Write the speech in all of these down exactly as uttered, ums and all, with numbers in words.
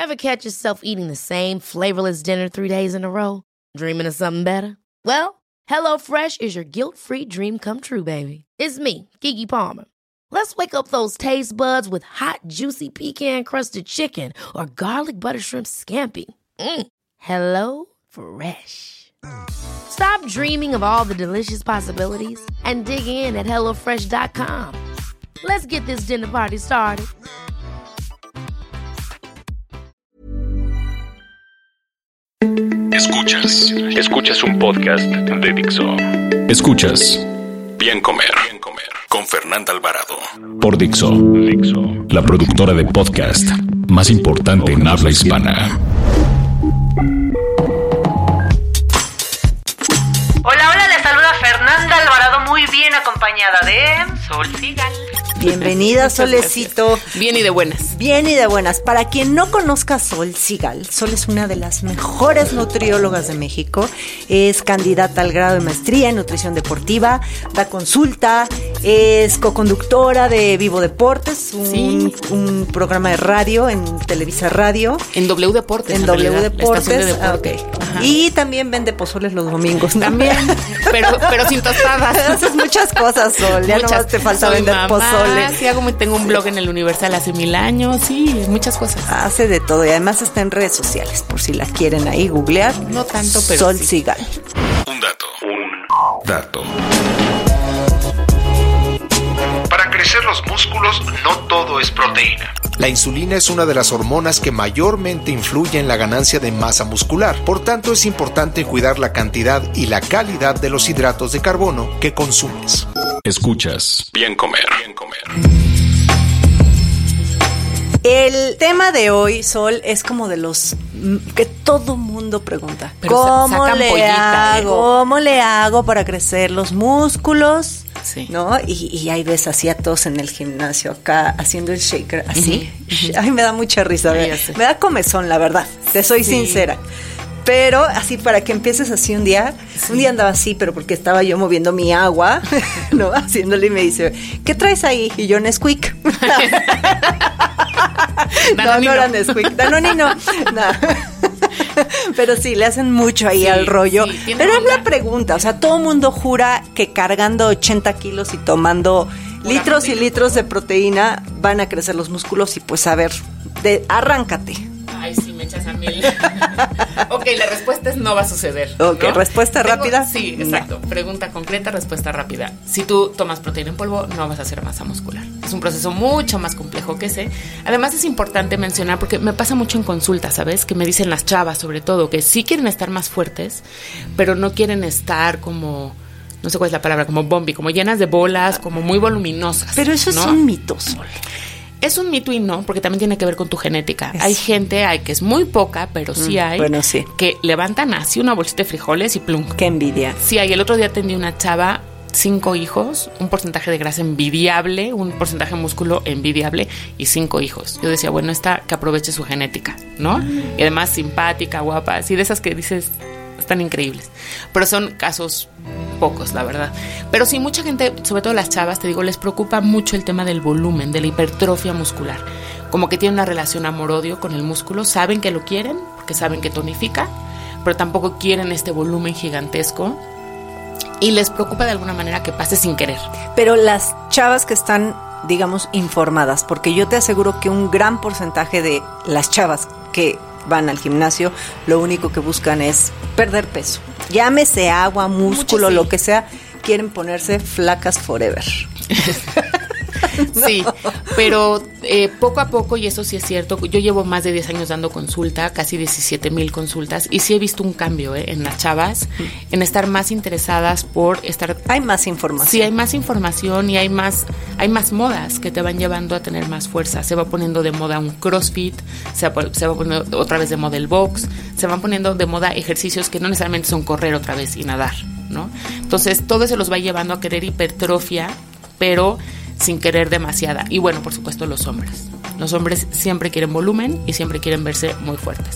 Ever catch yourself eating the same flavorless dinner three days in a row? Dreaming of something better? Well, HelloFresh is your guilt-free dream come true, baby. It's me, Keke Palmer. Let's wake up those taste buds with hot, juicy pecan-crusted chicken or garlic butter shrimp scampi. Mm. Hello Fresh. Stop dreaming of all the delicious possibilities and dig in at hello fresh dot com. Let's get this dinner party started. Escuchas, escuchas un podcast de Dixo. Escuchas Bien Comer, Bien Comer con Fernanda Alvarado por Dixo, Dixo, la productora de podcast más importante en habla hispana. Hola, hola, les saluda Fernanda Alvarado, muy bien acompañada de Sol Sigal. Bienvenida, Solecito. Bien y de buenas. Bien y de buenas. Para quien no conozca a Sol Sigal, Sol es una de las mejores nutriólogas de México. Es candidata al grado de maestría en nutrición deportiva, da consulta, es coconductora de Vivo Deportes, un, sí. un programa de radio en Televisa Radio. En W Deportes. En, en W realidad, Deportes. De ah, okay. Y también vende pozoles los domingos. También. pero, pero sin tostadas. Haces muchas cosas, Sol. Ya muchas. Nomás te falta Soy vender mamá. Pozole. Sí, hago, tengo un blog en el Universal hace mil años, sí, muchas cosas. Hace de todo y además está en redes sociales, por si la quieren ahí googlear. No tanto, pero Sol sí. Sigal. Un dato, un dato. Para crecer los músculos no todo es proteína. La insulina es una de las hormonas que mayormente influye en la ganancia de masa muscular. Por tanto, es importante cuidar la cantidad y la calidad de los hidratos de carbono que consumes. Escuchas Bien Comer, Bien Comer. El tema de hoy, Sol, es como de los que todo mundo pregunta. Pero ¿Cómo le pollita, hago? ¿eh? ¿Cómo le hago para crecer los músculos? Sí. ¿No? Y, y ahí ves así a todos en el gimnasio acá haciendo el shaker, así. Uh-huh. Ay, me da mucha risa. Ay, me, me da comezón, la verdad. Te soy sí. sincera. Pero así para que empieces así un día, sí. un día andaba así, pero porque estaba yo moviendo mi agua, ¿no? Haciéndole y me dice, ¿qué traes ahí? Y yo, Nesquik. no, no era Nesquik, Danonino. No. Pero sí, le hacen mucho ahí sí, al rollo. Sí, pero es la pregunta, o sea, todo el mundo jura que cargando ochenta kilos y tomando Pura litros proteína. y litros de proteína van a crecer los músculos y pues a ver, de, arráncate. Ay, sí, me echas a mil. Ok, la respuesta es no va a suceder. Ok, ¿no? ¿Respuesta Tengo, rápida? Sí, exacto. No. Pregunta concreta, respuesta rápida. Si tú tomas proteína en polvo, no vas a hacer masa muscular. Es un proceso mucho más complejo que ese. Además, es importante mencionar, porque me pasa mucho en consulta, ¿sabes? Que me dicen las chavas, sobre todo, que sí quieren estar más fuertes, pero no quieren estar como... no sé cuál es la palabra, como bombi, como llenas de bolas, como muy voluminosas. Pero eso ¿no? es un mito, Sol. Es un mito y no, porque también tiene que ver con tu genética. Es. Hay gente, hay que es muy poca, pero sí hay, mm, bueno, sí. que levantan así una bolsita de frijoles y plum. Qué envidia. Sí hay. El otro día atendí una chava, cinco hijos, un porcentaje de grasa envidiable, un porcentaje de músculo envidiable y cinco hijos. Yo decía, bueno, esta que aproveche su genética, ¿no? Mm. Y además simpática, guapa, así de esas que dices... están increíbles, pero son casos pocos, la verdad. Pero sí, mucha gente, sobre todo las chavas, te digo, les preocupa mucho el tema del volumen, de la hipertrofia muscular. Como que tienen una relación amor-odio con el músculo, saben que lo quieren, porque saben que tonifica, pero tampoco quieren este volumen gigantesco y les preocupa de alguna manera que pase sin querer. Pero las chavas que están, digamos, informadas, porque yo te aseguro que un gran porcentaje de las chavas que van al gimnasio, lo único que buscan es perder peso. Llámese agua, músculo, Mucho, sí. lo que sea, quieren ponerse flacas forever. Sí, no. pero eh, poco a poco, y eso sí es cierto, yo llevo más de diez años dando consulta, casi diecisiete mil consultas, y sí he visto un cambio eh, en las chavas, mm. en estar más interesadas por estar... Hay más información. Sí, hay más información y hay más, hay más modas que te van llevando a tener más fuerza. Se va poniendo de moda un CrossFit, se va, se va poniendo otra vez de moda el box, se van poniendo de moda ejercicios que no necesariamente son correr otra vez y nadar, ¿no? Entonces, todo eso los va llevando a querer hipertrofia, pero... sin querer demasiada. Y bueno, por supuesto los hombres. Los hombres siempre quieren volumen y siempre quieren verse muy fuertes.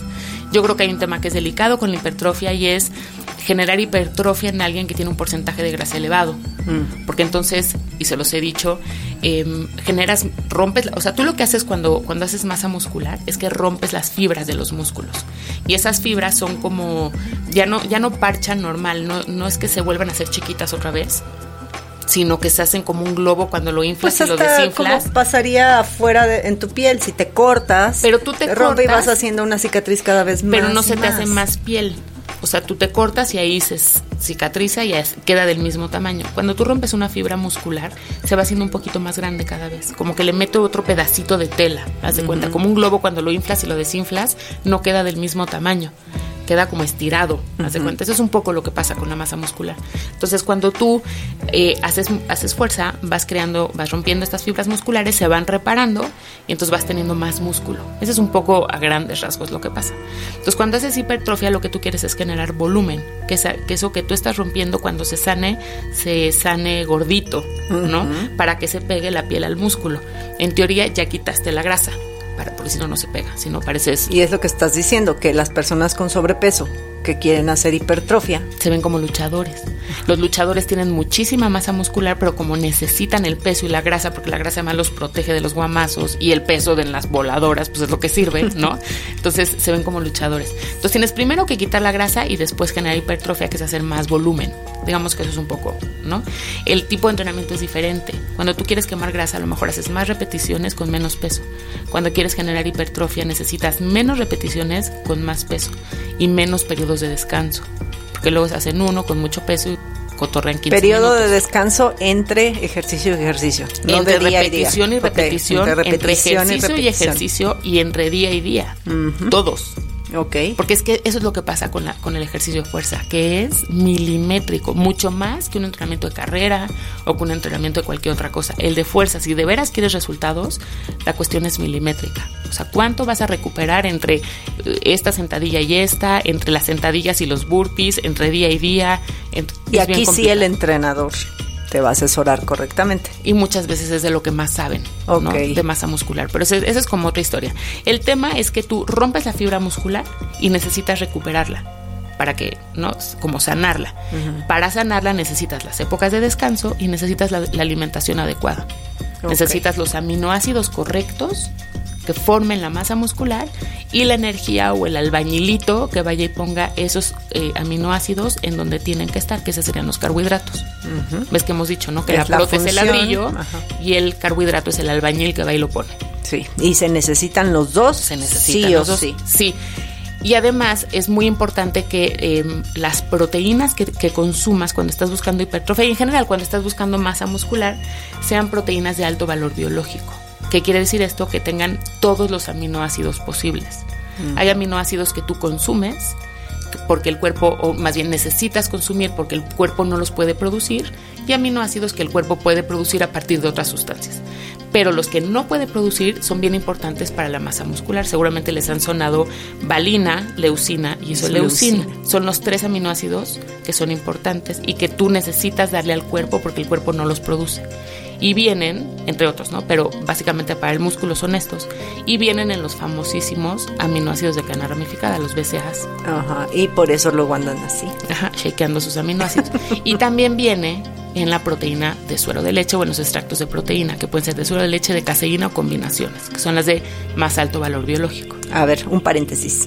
Yo creo que hay un tema que es delicado con la hipertrofia y es generar hipertrofia en alguien que tiene un porcentaje de grasa elevado. Mm. Porque entonces, y se los he dicho, eh, generas, rompes, o sea, tú lo que haces cuando, cuando haces masa muscular es que rompes las fibras de los músculos. Y esas fibras son como, ya no, ya no parchan normal, no, no es que se vuelvan a hacer chiquitas otra vez, sino que se hacen como un globo cuando lo inflas pues y lo desinflas. Como pasaría afuera de, en tu piel, si te cortas, pero tú te, te rompe cortas, y vas haciendo una cicatriz cada vez más. Pero no se te más. hace más piel. O sea, tú te cortas y ahí se cicatriza y queda del mismo tamaño. Cuando tú rompes una fibra muscular, se va haciendo un poquito más grande cada vez. Como que le meto otro pedacito de tela, haz de uh-huh. cuenta. Como un globo cuando lo inflas y lo desinflas, no queda del mismo tamaño. Queda como estirado, haz de uh-huh. cuenta. Eso es un poco lo que pasa con la masa muscular. Entonces, cuando tú eh, haces, haces fuerza, vas creando, vas rompiendo estas fibras musculares, se van reparando y entonces vas teniendo más músculo. Eso es un poco a grandes rasgos lo que pasa. Entonces, cuando haces hipertrofia, lo que tú quieres es generar volumen, que, esa, que eso que tú estás rompiendo cuando se sane, se sane gordito, ¿no? Uh-huh. Para que se pegue la piel al músculo. En teoría, ya quitaste la grasa. Para, porque si no, no se pega, si no pareces... Y es lo que estás diciendo, que las personas con sobrepeso que quieren hacer hipertrofia se ven como luchadores. Los luchadores tienen muchísima masa muscular, pero como necesitan el peso y la grasa, porque la grasa además los protege de los guamazos y el peso de las voladoras, pues es lo que sirve, ¿no? Entonces se ven como luchadores. Entonces tienes primero que quitar la grasa y después generar hipertrofia, que es hacer más volumen. Digamos que eso es un poco, ¿no? El tipo de entrenamiento es diferente. Cuando tú quieres quemar grasa, a lo mejor haces más repeticiones con menos peso. Cuando quieres generar hipertrofia, necesitas menos repeticiones con más peso y menos periodos de descanso, porque luego se hacen uno con mucho peso y cotorrean quince periodo minutos. De descanso entre ejercicio y ejercicio, no entre de día repetición y, día. y repetición, okay. entre, repetición entre ejercicio y, y ejercicio y entre día y día, uh-huh. todos. Okay. Porque es que eso es lo que pasa con, la, con el ejercicio de fuerza, que es milimétrico, mucho más que un entrenamiento de carrera o que un entrenamiento de cualquier otra cosa. El de fuerza, si de veras quieres resultados, la cuestión es milimétrica. O sea, ¿cuánto vas a recuperar entre esta sentadilla y esta, entre las sentadillas y los burpees, entre día y día? Entre, y aquí sí el entrenador te va a asesorar correctamente. Y muchas veces es de lo que más saben, okay. ¿no? De masa muscular. Pero esa es como otra historia. El tema es que tú rompes la fibra muscular y necesitas recuperarla para que, ¿no? Como sanarla. Uh-huh. Para sanarla necesitas las épocas de descanso y necesitas la, la alimentación adecuada. Okay. Necesitas los aminoácidos correctos que formen la masa muscular y la energía o el albañilito que vaya y ponga esos eh, aminoácidos en donde tienen que estar, que esos serían los carbohidratos. Uh-huh. Ves que hemos dicho, ¿no? Que es la prote es el ladrillo. Ajá. Y el carbohidrato es el albañil que va y lo pone. Sí, y se necesitan los dos. Se necesitan sí los o dos. Sí. Sí. Y además es muy importante que eh, las proteínas que, que consumas cuando estás buscando hipertrofia y en general cuando estás buscando masa muscular sean proteínas de alto valor biológico. ¿Qué quiere decir esto? Que tengan todos los aminoácidos posibles. Mm. Hay aminoácidos que tú consumes porque el cuerpo, o más bien necesitas consumir porque el cuerpo no los puede producir, y aminoácidos que el cuerpo puede producir a partir de otras sustancias. Pero los que no puede producir son bien importantes para la masa muscular. Seguramente les han sonado valina, leucina y isoleucina. Son los tres aminoácidos que son importantes y que tú necesitas darle al cuerpo porque el cuerpo no los produce. Y vienen, entre otros, ¿no? Pero básicamente para el músculo son estos. Y vienen en los famosísimos aminoácidos de cadena ramificada, los B C A's. Ajá, y por eso luego andan así. Ajá, shakeando sus aminoácidos. Y también viene en la proteína de suero de leche o en los extractos de proteína, que pueden ser de suero de leche, de caseína o combinaciones, que son las de más alto valor biológico. A ver, un paréntesis.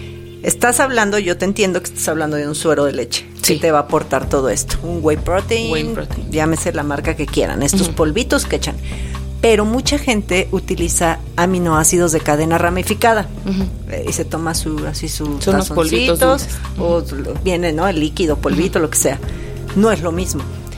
Estás hablando, yo te entiendo que estás hablando de un suero de leche, sí, que te va a aportar todo esto. Un whey protein, whey protein. Llámese la marca que quieran, estos uh-huh. polvitos que echan. Pero mucha gente utiliza aminoácidos de cadena ramificada uh-huh. y se toma su así su Son los polvitos dulces. O uh-huh. viene, ¿no? El líquido, polvito, uh-huh. lo que sea. No es lo mismo.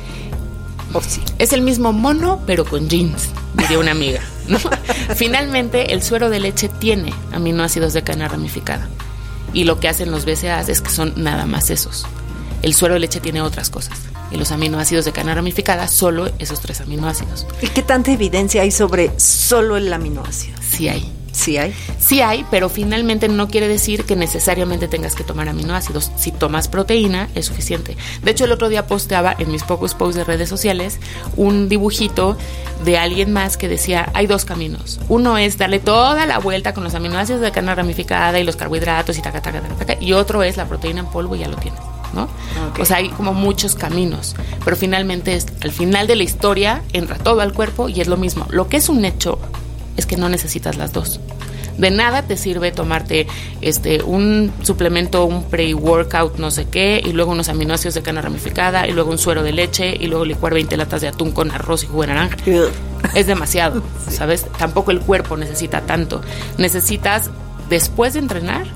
Oh, sí. Es el mismo mono, pero con jeans, diría una amiga, ¿no? Finalmente, el suero de leche tiene aminoácidos de cadena ramificada. Y lo que hacen los B C A's es que son nada más esos. El suero de leche tiene otras cosas. Y los aminoácidos de cadena ramificada, solo esos tres aminoácidos. ¿Y qué tanta evidencia hay sobre solo el aminoácido? Sí hay. Sí hay. Sí hay, pero finalmente no quiere decir que necesariamente tengas que tomar aminoácidos. Si tomas proteína, es suficiente. De hecho, el otro día posteaba en mis pocos posts de redes sociales un dibujito de alguien más que decía, hay dos caminos. Uno es darle toda la vuelta con los aminoácidos de cadena ramificada y los carbohidratos y taca, taca, taca, taca, y otro es la proteína en polvo y ya lo tienes, ¿no? Okay. O sea, hay como muchos caminos, pero finalmente es, al final de la historia entra todo al cuerpo y es lo mismo. Lo que es un hecho es que no necesitas las dos. De nada te sirve tomarte este un suplemento, un pre-workout, no sé qué, y luego unos aminoácidos de cadena ramificada, y luego un suero de leche, y luego licuar veinte latas de atún con arroz y jugo de naranja. Es demasiado, sí. ¿Sabes? Tampoco el cuerpo necesita tanto. Necesitas, después de entrenar,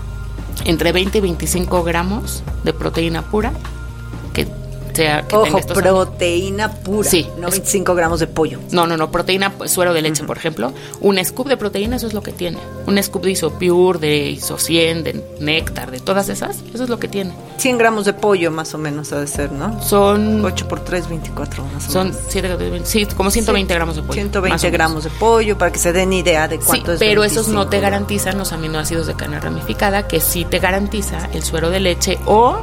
entre veinte y veinticinco gramos de proteína pura, que sea, que Ojo, proteína años. Pura, sí, no veinticinco gramos de pollo. No, no, no, proteína, pues, suero de leche, uh-huh. por ejemplo. Un scoop de proteína, eso es lo que tiene. Un scoop de Isopure, de Isocien, de Néctar, de todas esas, eso es lo que tiene. cien gramos de pollo más o menos ha de ser, ¿no? Son... ocho por tres, veinticuatro más o son menos. siete, sí, como ciento veinte sí, gramos de pollo. ciento veinte gramos de pollo, para que se den idea de cuánto sí, es. Pero esos no te garantizan los aminoácidos de cadena ramificada, que sí te garantiza el suero de leche o...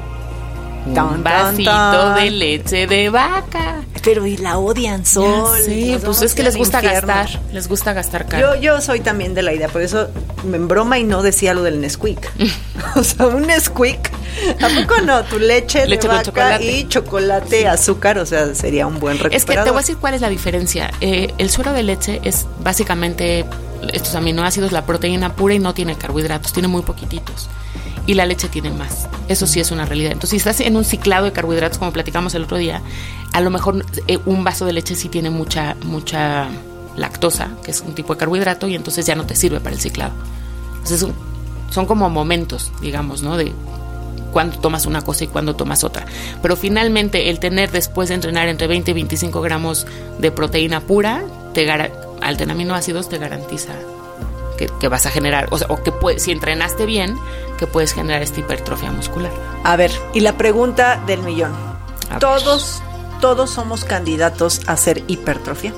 un tan, vasito tan, tan. de leche de vaca. Pero y la odian, Sol. Sí, pues es que les gusta infierno. gastar, les gusta gastar caro. Yo, yo soy también de la idea, por eso me en broma y no decía lo del Nesquik. O sea, un Nesquik, ¿a poco no? Tu leche, leche de vaca chocolate. Y chocolate, azúcar, o sea, sería un buen recuperador. Es que te voy a decir cuál es la diferencia. Eh, el suero de leche es básicamente estos aminoácidos, la proteína pura y no tiene carbohidratos, tiene muy poquititos. Y la leche tiene más. Eso sí es una realidad. Entonces, si estás en un ciclado de carbohidratos, como platicamos el otro día, a lo mejor eh, un vaso de leche sí tiene mucha, mucha lactosa, que es un tipo de carbohidrato, y entonces ya no te sirve para el ciclado. Entonces, son, son como momentos, digamos, ¿no? De cuándo tomas una cosa y cuándo tomas otra. Pero finalmente, el tener después de entrenar entre veinte y veinticinco gramos de proteína pura, te gar- al tener aminoácidos, te garantiza Que, que vas a generar, o sea, o que puede, si entrenaste bien, que puedes generar esta hipertrofia muscular. A ver, y la pregunta del millón. ¿Todos, todos somos candidatos a hacer hipertrofia?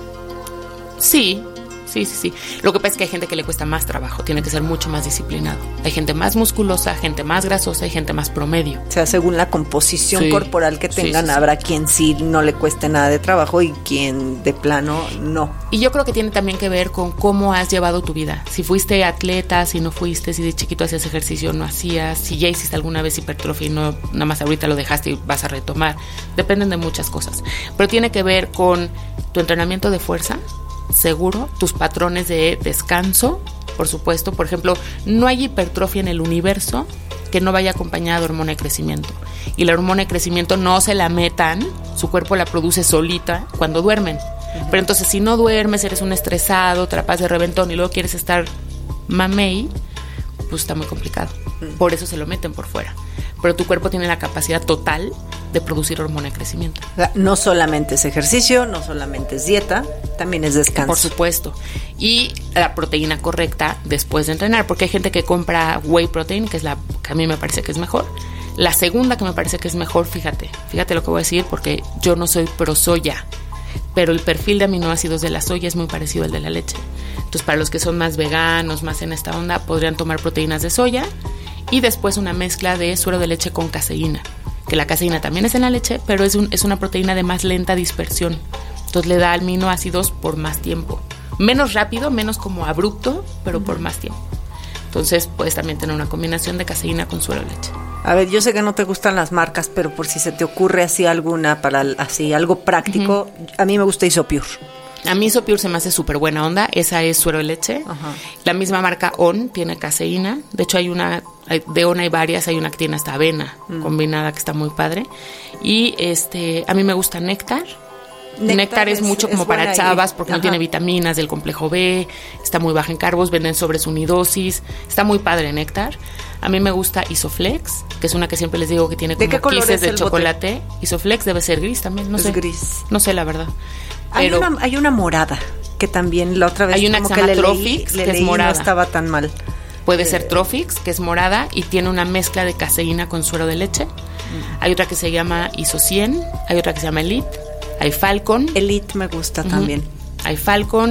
Sí, sí, sí, sí. Lo que pasa es que hay gente que le cuesta más trabajo, tiene que ser mucho más disciplinado. Hay gente más musculosa, gente más grasosa y gente más promedio. O sea, según la composición sí, corporal que tengan, sí, sí, habrá sí. quien sí no le cueste nada de trabajo y quien de plano no. Y yo creo que tiene también que ver con cómo has llevado tu vida. Si fuiste atleta, si no fuiste, si de chiquito hacías ejercicio, no hacías, si ya hiciste alguna vez hipertrofia y no, nada más ahorita lo dejaste y vas a retomar. Dependen de muchas cosas. Pero tiene que ver con tu entrenamiento de fuerza, seguro, tus patrones de descanso, por supuesto. Por ejemplo, no hay hipertrofia en el universo que no vaya acompañada de hormona de crecimiento. Y la hormona de crecimiento no se la metan, su cuerpo la produce solita cuando duermen. Uh-huh. Pero entonces, si no duermes, eres un estresado, te la pasas de reventón y luego quieres estar mamey, pues está muy complicado. Uh-huh. Por eso se lo meten por fuera. Pero tu cuerpo tiene la capacidad total de producir hormona de crecimiento. No solamente es ejercicio, no solamente es dieta, también es descanso. Por supuesto. Y la proteína correcta después de entrenar, porque hay gente que compra whey protein, que es la que a mí me parece que es mejor. La segunda que me parece que es mejor, fíjate, fíjate lo que voy a decir, porque yo no soy pro soya, pero el perfil de aminoácidos de la soya es muy parecido al de la leche. Entonces, para los que son más veganos, más en esta onda, podrían tomar proteínas de soya y después una mezcla de suero de leche con caseína, que la caseína también es en la leche, pero es, un, es una proteína de más lenta dispersión. Entonces le da aminoácidos por más tiempo. Menos rápido, menos como abrupto, pero por más tiempo. Entonces puedes también tener una combinación de caseína con suero de leche. A ver, yo sé que no te gustan las marcas, pero por si se te ocurre así alguna, para así algo práctico, uh-huh. A mí me gusta Isopure. A mí Isopure se me hace súper buena onda. Esa es suero de leche. Uh-huh. La misma marca On tiene caseína. De hecho, hay una, hay, de On hay varias. Hay una que tiene hasta avena uh-huh. combinada, que está muy padre. Y este, a mí me gusta Néctar. Néctar, Néctar es, es mucho como es para chavas porque Ajá. no tiene vitaminas del complejo B, está muy baja en carbos, venden sobres unidosis, está muy padre Néctar. A mí me gusta Isoflex, que es una que siempre les digo que tiene como quises de chocolate. Bote? Isoflex debe ser gris también, no es sé. gris. No sé la verdad. Pero hay una, hay una morada que también la otra vez hay una como que, que le Tropix, leí, le que leí es morada. No estaba tan mal. Puede eh. ser Tropix, que es morada y tiene una mezcla de caseína con suero de leche. Mm. Hay otra que se llama Isocien, hay otra que se llama Elite. Hay Falcon. Elite me gusta uh-huh. también. Hay Falcon,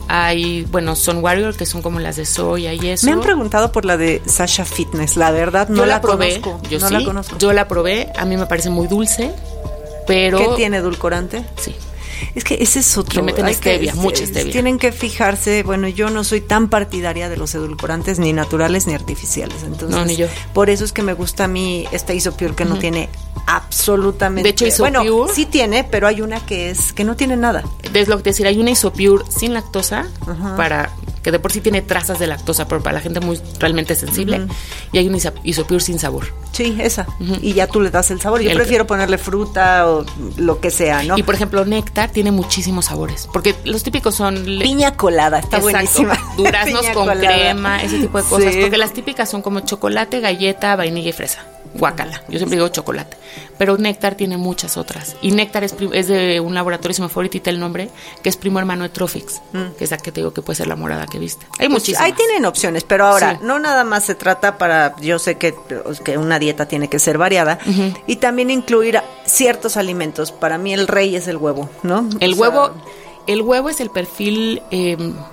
Hay, bueno, Sun Warrior, que son como las de soya y eso. Me han preguntado por la de Sasha Fitness, la verdad no yo la, la probé, conozco. Yo no sí, la conozco. Yo la probé, a mí me parece muy dulce, pero... ¿Qué tiene, edulcorante? Sí. Es que ese es otro. Le meten Hay stevia, que, mucha stevia. Tienen que fijarse, bueno, yo no soy tan partidaria de los edulcorantes ni naturales ni artificiales, entonces no, ni yo. Por eso es que me gusta a mí esta Isopure que uh-huh. no tiene absolutamente. De hecho, Isopure, bueno, sí tiene, pero hay una que es que no tiene nada. Es lo que te decir, hay una Isopure sin lactosa uh-huh. para que de por sí tiene trazas de lactosa, pero para la gente muy realmente sensible, uh-huh. y hay una Isopure sin sabor. Sí, esa. Uh-huh. Y ya tú le das el sabor. Yo el prefiero que... ponerle fruta o lo que sea, ¿no? Y por ejemplo, néctar tiene muchísimos sabores, porque los típicos son piña colada, está exacto, buenísima. Duraznos con colada. crema, ese tipo de cosas, sí. porque las típicas son como chocolate, galleta, vainilla y fresa. Guácala, yo siempre digo chocolate, pero néctar tiene muchas otras, y néctar es, es de un laboratorio, se me fue ahorita el nombre, que es primo hermano de Trofix, mm. que es la que te digo que puede ser la morada que viste. Hay pues muchísimas. Ahí tienen opciones, pero ahora, sí. no nada más se trata para, yo sé que, que una dieta tiene que ser variada, uh-huh. y también incluir ciertos alimentos. Para mí el rey es el huevo, ¿no? El o huevo, sea, el huevo es el perfil eh,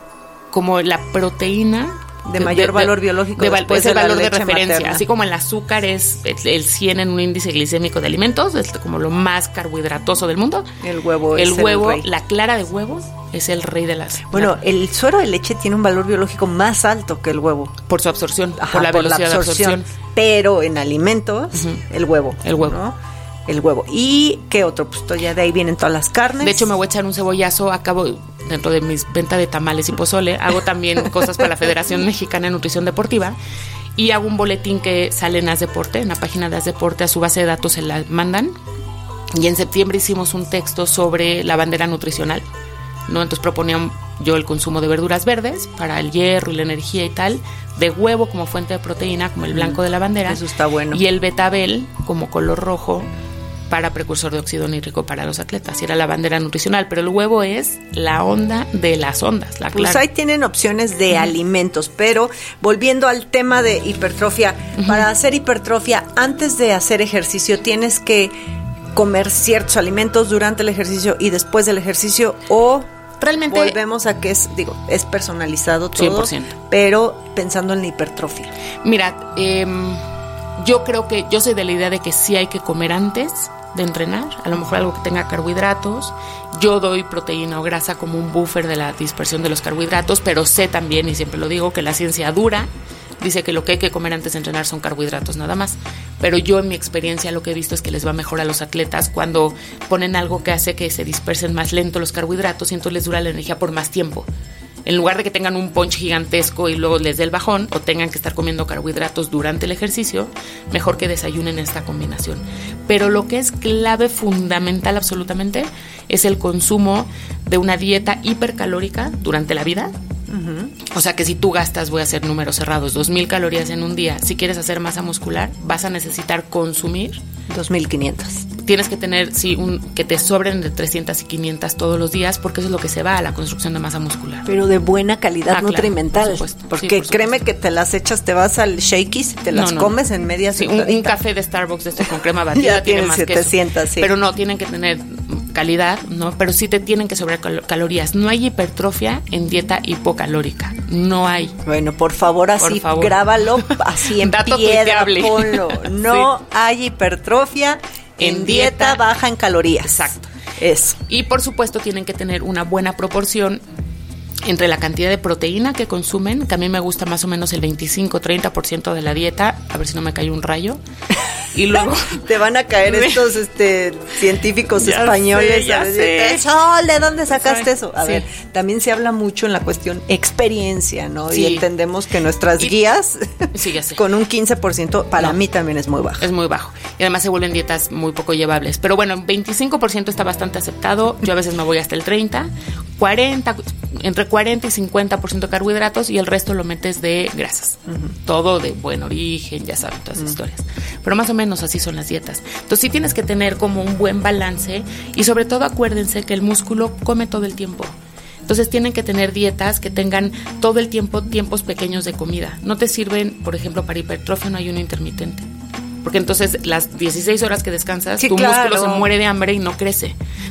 como la proteína de mayor de, valor biológico de, después es el de valor la de leche referencia, materna. así como el azúcar es el cien en un índice glicémico de alimentos, es como lo más carbohidratoso del mundo. El huevo el es huevo, el rey. La clara de huevo es el rey de las. Bueno, el suero de leche tiene un valor biológico más alto que el huevo por su absorción, Ajá, por la por velocidad la absorción, de absorción. Pero en alimentos, uh-huh. el huevo. El huevo. ¿no? El huevo. ¿Y qué otro? Pues ya de ahí vienen todas las carnes. De hecho, me voy a echar un cebollazo. Acabo, dentro de mis ventas de tamales y pozole, hago también cosas para la Federación Mexicana de Nutrición Deportiva. Y hago un boletín que sale en Haz Deporte, en la página de Haz Deporte, a su base de datos se la mandan. Y en septiembre hicimos un texto sobre la bandera nutricional, ¿no? Entonces proponía yo el consumo de verduras verdes para el hierro y la energía y tal, de huevo como fuente de proteína, como el blanco de la bandera. Eso está bueno. Y el betabel como color rojo para precursor de óxido nítrico para los atletas. Y era la bandera nutricional, pero el huevo es la onda de las ondas, la clara. Pues ahí tienen opciones de uh-huh. alimentos, pero volviendo al tema de hipertrofia, uh-huh. para hacer hipertrofia, antes de hacer ejercicio, tienes que comer ciertos alimentos durante el ejercicio y después del ejercicio, o realmente volvemos a que es, digo, es personalizado todo, cien por ciento. Pero pensando en la hipertrofia. Mira, eh, yo creo que, yo soy de la idea de que sí hay que comer antes de entrenar, a lo mejor algo que tenga carbohidratos. Yo doy proteína o grasa como un buffer de la dispersión de los carbohidratos, pero sé también, y siempre lo digo, que la ciencia dura dice que lo que hay que comer antes de entrenar son carbohidratos nada más, pero yo en mi experiencia lo que he visto es que les va mejor a los atletas cuando ponen algo que hace que se dispersen más lento los carbohidratos y entonces les dura la energía por más tiempo. En lugar de que tengan un punch gigantesco y luego les dé el bajón o tengan que estar comiendo carbohidratos durante el ejercicio, mejor que desayunen esta combinación. Pero lo que es clave, fundamental absolutamente, es el consumo de una dieta hipercalórica durante la vida. Uh-huh. O sea que si tú gastas, voy a hacer números cerrados, dos mil calorías en un día, si quieres hacer masa muscular, vas a necesitar consumir dos mil quinientas. Tienes que tener, sí, un, que te sobren de trescientas y quinientas todos los días, porque eso es lo que se va a la construcción de masa muscular. Pero de buena calidad ah, nutrimental. Claro, por supuesto, porque sí, por créeme que te las echas, te vas al Shakey's, te las no, no, comes en media sí, un, un café de Starbucks de esto con crema batida tiene más setecientas, que eso. Sí. Pero no, tienen que tener calidad, ¿no? Pero sí te tienen que sobrar cal- calorías. No hay hipertrofia en dieta hipocalórica. No hay. Bueno, por favor, así por favor. Grábalo, así en Dato piedra, tuiteable. ponlo. No sí. hay hipertrofia en, en dieta, dieta baja en calorías. Exacto. Eso. Y por supuesto tienen que tener una buena proporción entre la cantidad de proteína que consumen, que a mí me gusta más o menos el veinticinco a treinta por ciento de la dieta, a ver si no me cae un rayo. Y luego te van a caer estos este científicos ya españoles sé, ya sé. Sol, ¿de dónde sacaste sí, eso? A sí. ver, también se habla mucho en la cuestión experiencia, ¿no? Sí. Y entendemos que nuestras y, guías sí, ya sé. con un quince por ciento para no, mí también es muy bajo. Es muy bajo. Y además se vuelven dietas muy poco llevables. Pero bueno, veinticinco por ciento está bastante aceptado. Yo a veces me voy hasta el treinta, cuarenta, entre cuarenta y cincuenta por ciento de carbohidratos y el resto lo metes de grasas. Uh-huh. Todo de buen origen, ya saben, todas esas uh-huh. historias. Pero más o menos así son las dietas. Entonces sí tienes que tener como un buen balance y sobre todo acuérdense que el músculo come todo el tiempo. Entonces tienen que tener dietas que tengan todo el tiempo tiempos pequeños de comida. No te sirven, por ejemplo, para hipertrofia no ayuno intermitente. Porque entonces las dieciséis horas que descansas, sí, tu claro. músculo se muere de hambre y no crece.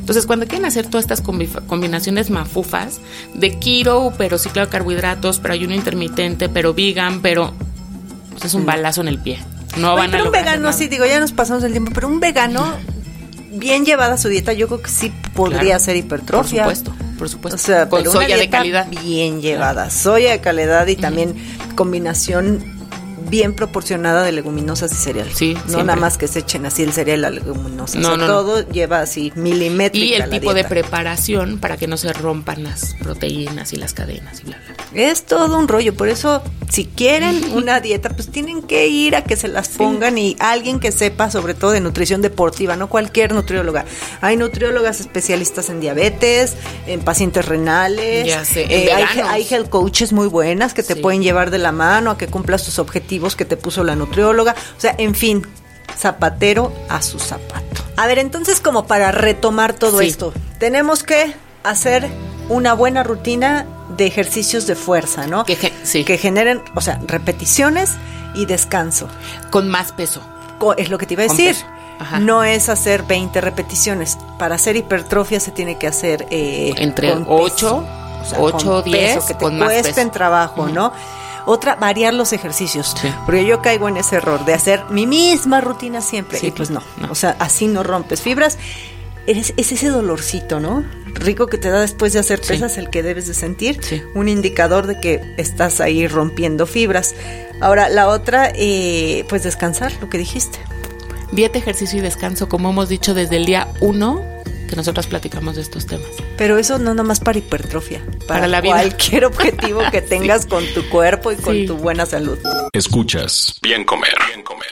Entonces, cuando quieren hacer todas estas combi- combinaciones mafufas de keto, pero sí, claro, carbohidratos, pero ayuno intermitente, pero vegan, pero pues es un balazo en el pie. No Oye, van pero a un lograr vegano, nada. sí, digo, ya nos pasamos el tiempo, pero un vegano bien llevada su dieta, yo creo que sí podría Claro, ser hipertrofia. Por supuesto, por supuesto. O sea, con pero una soya de dieta calidad. bien llevada, soya de calidad y también combinación bien proporcionada de leguminosas y cereal. Sí, no siempre. nada más que se echen así el cereal a la leguminosa. No, o sea, no, no. todo lleva así milimétrica Y el la tipo de dieta. preparación para que no se rompan las proteínas y las cadenas y bla, bla. Es todo un rollo, por eso si quieren una dieta, pues tienen que ir a que se las pongan y alguien que sepa sobre todo de nutrición deportiva, no cualquier nutrióloga. Hay nutriólogas especialistas en diabetes, en pacientes renales, Ya sé, en eh, hay, veganos. hay health coaches muy buenas que te Sí. pueden llevar de la mano a que cumplas tus objetivos que te puso la nutrióloga, o sea, en fin, zapatero a su zapato. A ver, entonces como para retomar todo Sí. esto, tenemos que hacer una buena rutina de ejercicios de fuerza, ¿no? Que ge- sí. Que generen, o sea, repeticiones y descanso. Con más peso. Co- Es lo que te iba a Con decir. peso. Ajá. No es hacer veinte repeticiones. Para hacer hipertrofia se tiene que hacer eh, Entre con ocho, peso. ocho, con diez, peso, que te con más cuesten peso. trabajo, ¿no? Otra, variar los ejercicios. Sí. Porque yo caigo en ese error de hacer mi misma rutina siempre. Sí, y pues no. no. O sea, así no rompes fibras. Es, es ese dolorcito, ¿no? Rico que te da después de hacer Sí. pesas, el que debes de sentir. Sí. Un indicador de que estás ahí rompiendo fibras. Ahora, la otra, eh, pues descansar, lo que dijiste. Dieta, ejercicio y descanso, como hemos dicho desde el día uno que nosotros platicamos de estos temas. Pero eso no nada más para hipertrofia, para, Para la vida. cualquier objetivo que tengas Sí. con tu cuerpo y con Sí. tu buena salud. Escuchas Bien Comer. Bien Comer.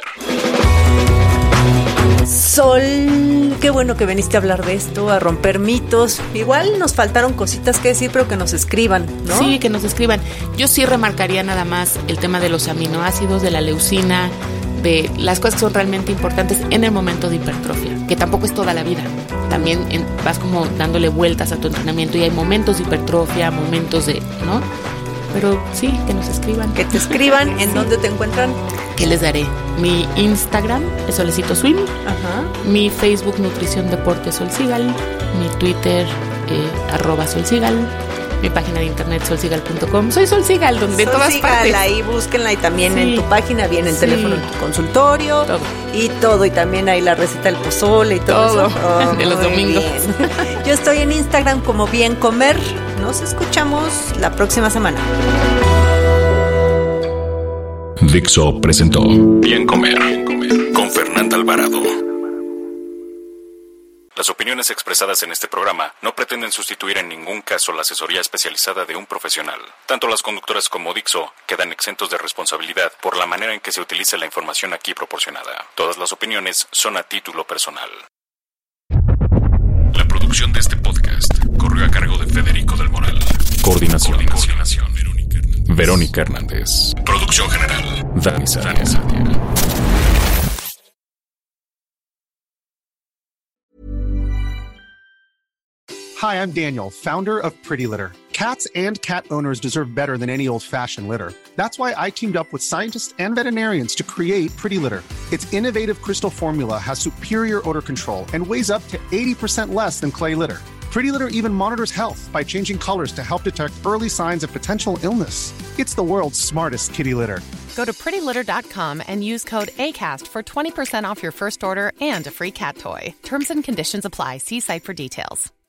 Sol, qué bueno que viniste a hablar de esto, a romper mitos. Igual nos faltaron cositas que decir, pero que nos escriban, ¿no? Sí, que nos escriban. Yo sí remarcaría nada más el tema de los aminoácidos, de la leucina, de las cosas que son realmente importantes en el momento de hipertrofia, que tampoco es toda la vida. También en- vas como dándole vueltas a tu entrenamiento y hay momentos de hipertrofia, momentos de, ¿no? Pero sí, que nos escriban. Que te escriban en dónde te encuentran. ¿Qué les daré? Mi Instagram es Solecito Swim, Ajá. mi Facebook Nutrición Deporte Solsigal, mi Twitter eh, arroba Solsigal, mi página de internet solsigal punto com. Soy Solsigal, donde en todas Síganla partes. ahí, búsquenla y también Sí. en tu página viene el Sí. teléfono en tu consultorio. Todo. Y todo, y también hay la receta del pozole y todo, Todo. eso. Oh, De los muy domingos. bien. Yo estoy en Instagram como Bien Comer. Nos escuchamos la próxima semana. Dixo presentó Bien Comer. Bien Comer con Fernanda Alvarado. Las opiniones expresadas en este programa no pretenden sustituir en ningún caso la asesoría especializada de un profesional. Tanto las conductoras como Dixo quedan exentos de responsabilidad por la manera en que se utiliza la información aquí proporcionada. Todas las opiniones son a título personal. La producción de este podcast corrió a cargo de Federico del Moral. Coordinación. Coordinación. Verónica Hernández. Verónica Hernández. Producción general. Dani Sadia. Hi, I'm Daniel, founder of Pretty Litter. Cats and cat owners deserve better than any old-fashioned litter. That's why I teamed up with scientists and veterinarians to create Pretty Litter. Its innovative crystal formula has superior odor control and weighs up to eighty percent less than clay litter. Pretty Litter even monitors health by changing colors to help detect early signs of potential illness. It's the world's smartest kitty litter. Go to pretty litter dot com and use code ACAST for twenty percent off your first order and a free cat toy. Terms and conditions apply. See site for details.